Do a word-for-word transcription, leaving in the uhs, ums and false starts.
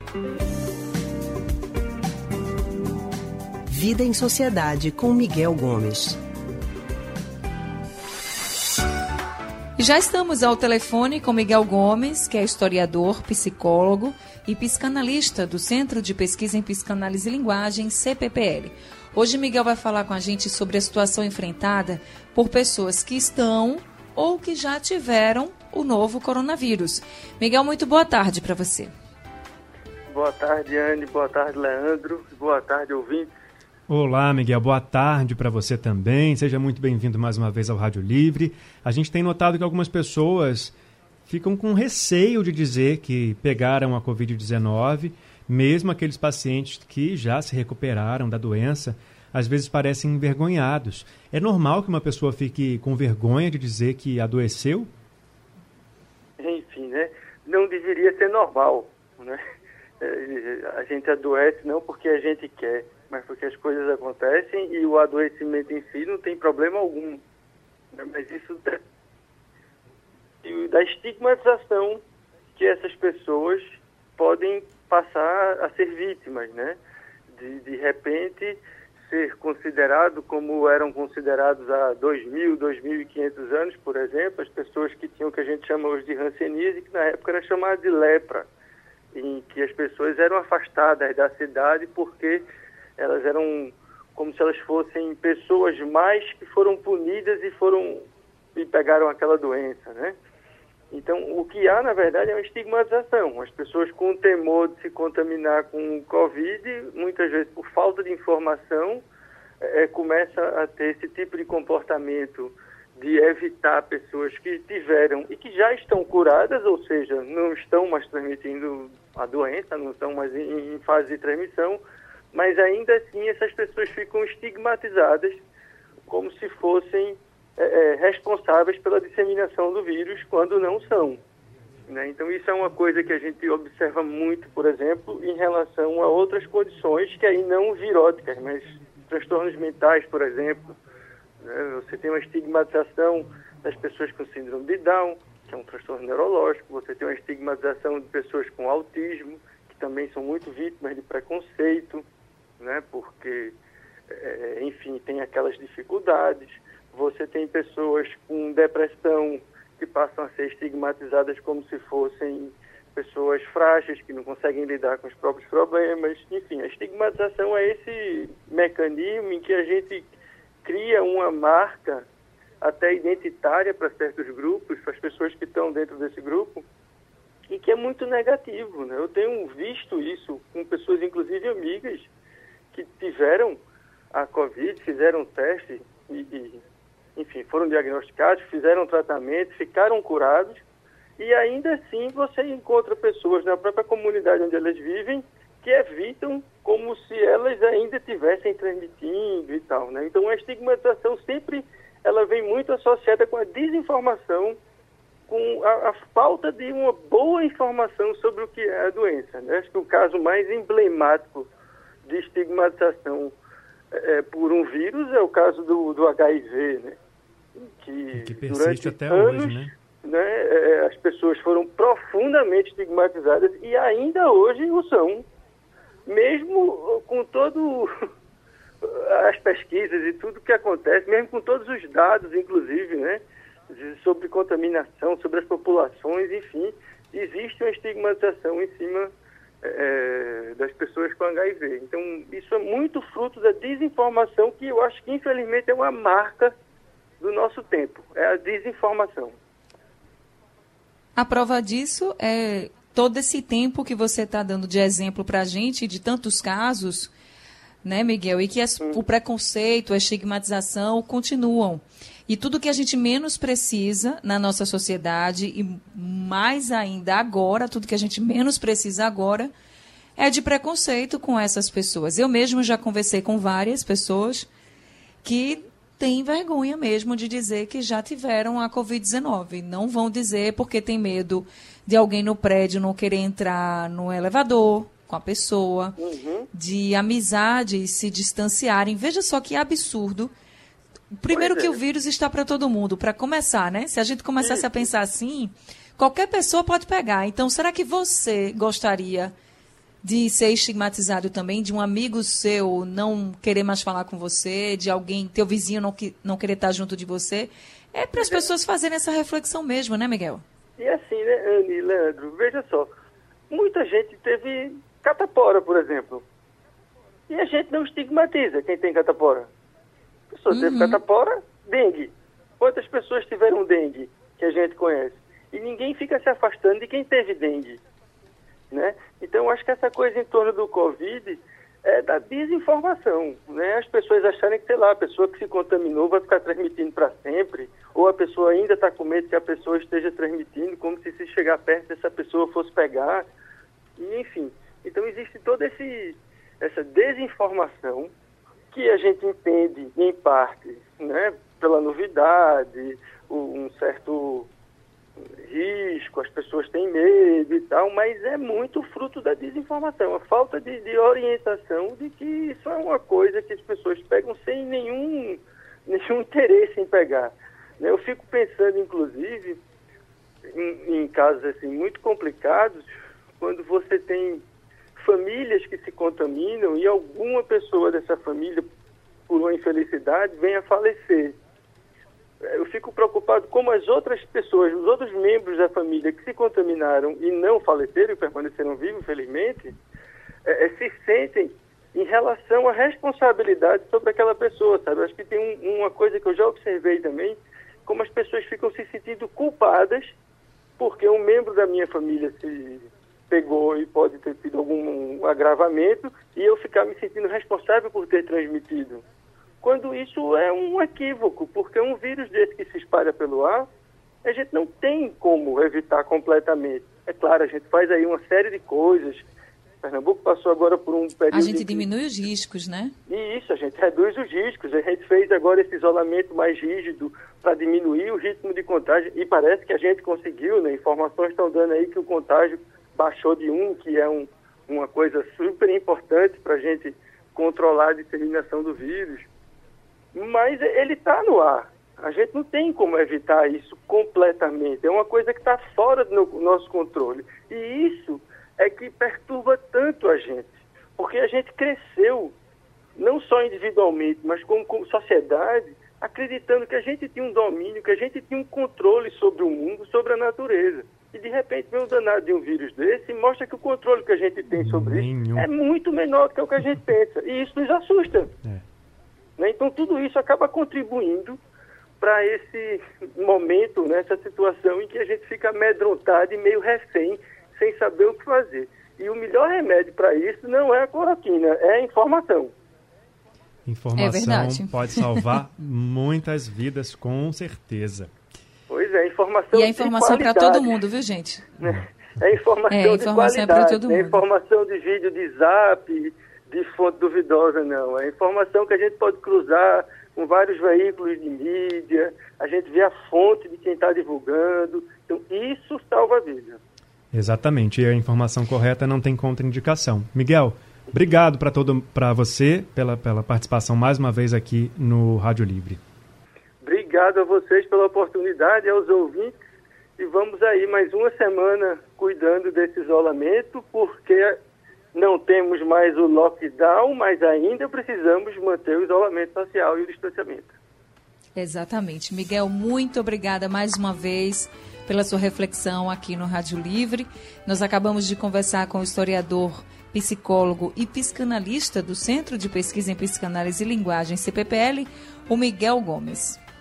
Vida em Sociedade com Miguel Gomes. Já estamos ao telefone com Miguel Gomes, que é historiador, psicólogo e psicanalista do Centro de Pesquisa em Psicanálise e Linguagem, C P P L. Hoje Miguel vai falar com a gente sobre a situação enfrentada por pessoas que estão ou que já tiveram o novo coronavírus. Miguel, muito boa tarde para você. Boa tarde, Anne. Boa tarde, Leandro. Boa tarde, ouvintes. Olá, Miguel. Boa tarde para você também. Seja muito bem-vindo mais uma vez ao Rádio Livre. A gente tem notado que algumas pessoas ficam com receio de dizer que pegaram a covid dezenove, mesmo aqueles pacientes que já se recuperaram da doença, às vezes parecem envergonhados. É normal que uma pessoa fique com vergonha de dizer que adoeceu? Enfim, né? Não deveria ser normal, né? A gente adoece não porque a gente quer, mas porque as coisas acontecem e o adoecimento em si não tem problema algum. Né? Mas isso da, da estigmatização que essas pessoas podem passar a ser vítimas, né? De, de repente ser considerado como eram considerados há dois mil, dois mil e quinhentos anos, por exemplo, as pessoas que tinham o que a gente chama hoje de hanseníase, que na época era chamada de lepra, em que as pessoas eram afastadas da cidade porque elas eram como se elas fossem pessoas mais que foram punidas e foram e pegaram aquela doença, né? Então, o que há, na verdade, é uma estigmatização. As pessoas com temor de se contaminar com o Covid, muitas vezes por falta de informação, é, começa a ter esse tipo de comportamento de evitar pessoas que tiveram e que já estão curadas, ou seja, não estão mais transmitindo a doença, não estão mais em, em fase de transmissão, mas ainda assim essas pessoas ficam estigmatizadas como se fossem é, é, responsáveis pela disseminação do vírus, quando não são. Né? Então isso é uma coisa que a gente observa muito, por exemplo, em relação a outras condições que aí não viróticas, mas transtornos mentais, por exemplo. Você tem uma estigmatização das pessoas com síndrome de Down, que é um transtorno neurológico. Você tem uma estigmatização de pessoas com autismo, que também são muito vítimas de preconceito, né? Porque, é, enfim, tem aquelas dificuldades. Você tem pessoas com depressão que passam a ser estigmatizadas como se fossem pessoas frágeis, que não conseguem lidar com os próprios problemas. Enfim, a estigmatização é esse mecanismo em que a gente cria uma marca até identitária para certos grupos, para as pessoas que estão dentro desse grupo, e que é muito negativo, né? Eu tenho visto isso com pessoas, inclusive amigas, que tiveram a Covid, fizeram teste e, e enfim, foram diagnosticados, fizeram tratamento, ficaram curados, e ainda assim você encontra pessoas na própria comunidade onde elas vivem que evitam como se elas ainda estivessem transmitindo e tal, né? Então a estigmatização sempre ela vem muito associada com a desinformação, com a, a falta de uma boa informação sobre o que é a doença, né? Acho que o caso mais emblemático de estigmatização é, por um vírus é o caso do, do H I V, né? Que, que persiste até anos, hoje, né? né é, as pessoas foram profundamente estigmatizadas e ainda hoje o são. Mesmo com todo as pesquisas e tudo que acontece, mesmo com todos os dados, inclusive, né, sobre contaminação, sobre as populações, enfim, existe uma estigmatização em cima é, das pessoas com H I V. Então, isso é muito fruto da desinformação, que eu acho que, infelizmente, é uma marca do nosso tempo, é a desinformação. A prova disso é todo esse tempo que você está dando de exemplo para a gente, de tantos casos, né, Miguel? E que as, o preconceito, a estigmatização continuam. E tudo que a gente menos precisa na nossa sociedade, e mais ainda agora, tudo que a gente menos precisa agora, é de preconceito com essas pessoas. Eu mesmo já conversei com várias pessoas que têm vergonha mesmo de dizer que já tiveram a covid dezenove. Não vão dizer porque tem medo de alguém no prédio não querer entrar no elevador com a pessoa, uhum. de amizades se distanciarem. Veja só que absurdo. Primeiro pois que é. O vírus está para todo mundo, para começar, né? Se a gente começasse Isso. a pensar assim, qualquer pessoa pode pegar. Então, será que você gostaria de ser estigmatizado também, de um amigo seu não querer mais falar com você, de alguém, teu vizinho não, que, não querer estar junto de você. É para as pessoas fazerem essa reflexão mesmo, né, Miguel? E assim, né, Anne e Leandro, veja só, muita gente teve catapora, por exemplo, e a gente não estigmatiza quem tem catapora. A pessoa uhum. teve catapora, dengue. Quantas pessoas tiveram dengue que a gente conhece? E ninguém fica se afastando de quem teve dengue, né? Então, eu acho que essa coisa em torno do Covid é da desinformação, né? As pessoas acharem que, sei lá, a pessoa que se contaminou vai ficar transmitindo para sempre, ou a pessoa ainda está com medo que a pessoa esteja transmitindo, como se se chegar perto dessa pessoa fosse pegar, e enfim. Então, existe toda esse, essa desinformação que a gente entende, em parte, né, pela novidade, um certo risco, as pessoas têm medo e tal, mas é muito fruto da desinformação, a falta de, de orientação de que isso é uma coisa que as pessoas pegam sem nenhum, nenhum interesse em pegar. Eu fico pensando, inclusive, em, em casos assim, muito complicados, quando você tem famílias que se contaminam e alguma pessoa dessa família, por uma infelicidade, vem a falecer. Eu fico preocupado como as outras pessoas, os outros membros da família que se contaminaram e não faleceram e permaneceram vivos, infelizmente, é, é, se sentem em relação à responsabilidade sobre aquela pessoa, sabe? Eu acho que tem um, uma coisa que eu já observei também, como as pessoas ficam se sentindo culpadas porque um membro da minha família se pegou e pode ter tido algum agravamento e eu ficar me sentindo responsável por ter transmitido. Quando isso é um equívoco, porque um vírus desse que se espalha pelo ar, a gente não tem como evitar completamente. É claro, a gente faz aí uma série de coisas. Pernambuco passou agora por um período... A gente diminui os riscos, né? E isso, a gente reduz os riscos. A gente fez agora esse isolamento mais rígido para diminuir o ritmo de contágio. E parece que a gente conseguiu, né? Informações estão dando aí que o contágio baixou de um, que é um, uma coisa super importante para a gente controlar a disseminação do vírus. Mas ele está no ar. A gente não tem como evitar isso completamente. É uma coisa que está fora do nosso controle. E isso é que perturba tanto a gente. Porque a gente cresceu, não só individualmente, mas como, como sociedade, acreditando que a gente tinha um domínio, que a gente tinha um controle sobre o mundo, sobre a natureza. E de repente vem o danado de um vírus desse e mostra que o controle que a gente tem sobre Nenhum. isso é muito menor do que o que a gente pensa. E isso nos assusta. É. Então, tudo isso acaba contribuindo para esse momento, nessa situação em que a gente fica amedrontado e meio refém, sem saber o que fazer. E o melhor remédio para isso não é a cloroquina, é a informação. Informação é pode salvar muitas vidas, com certeza. Pois é, informação E a informação é para todo mundo, viu, gente? É informação, é, informação de qualidade, é para todo mundo. É informação de vídeo de zap, de fonte duvidosa, não. É informação que a gente pode cruzar com vários veículos de mídia, a gente vê a fonte de quem está divulgando. Então, isso salva a vida. Exatamente. E a informação correta não tem contraindicação. Miguel, obrigado para todo, para você pela, pela participação mais uma vez aqui no Rádio Livre. Obrigado a vocês pela oportunidade, aos ouvintes. E vamos aí mais uma semana cuidando desse isolamento, porque não temos mais o lockdown, mas ainda precisamos manter o isolamento social e o distanciamento. Exatamente. Miguel, muito obrigada mais uma vez pela sua reflexão aqui no Rádio Livre. Nós acabamos de conversar com o historiador, psicólogo e psicanalista do Centro de Pesquisa em Psicanálise e Linguagem, C P P L, o Miguel Gomes.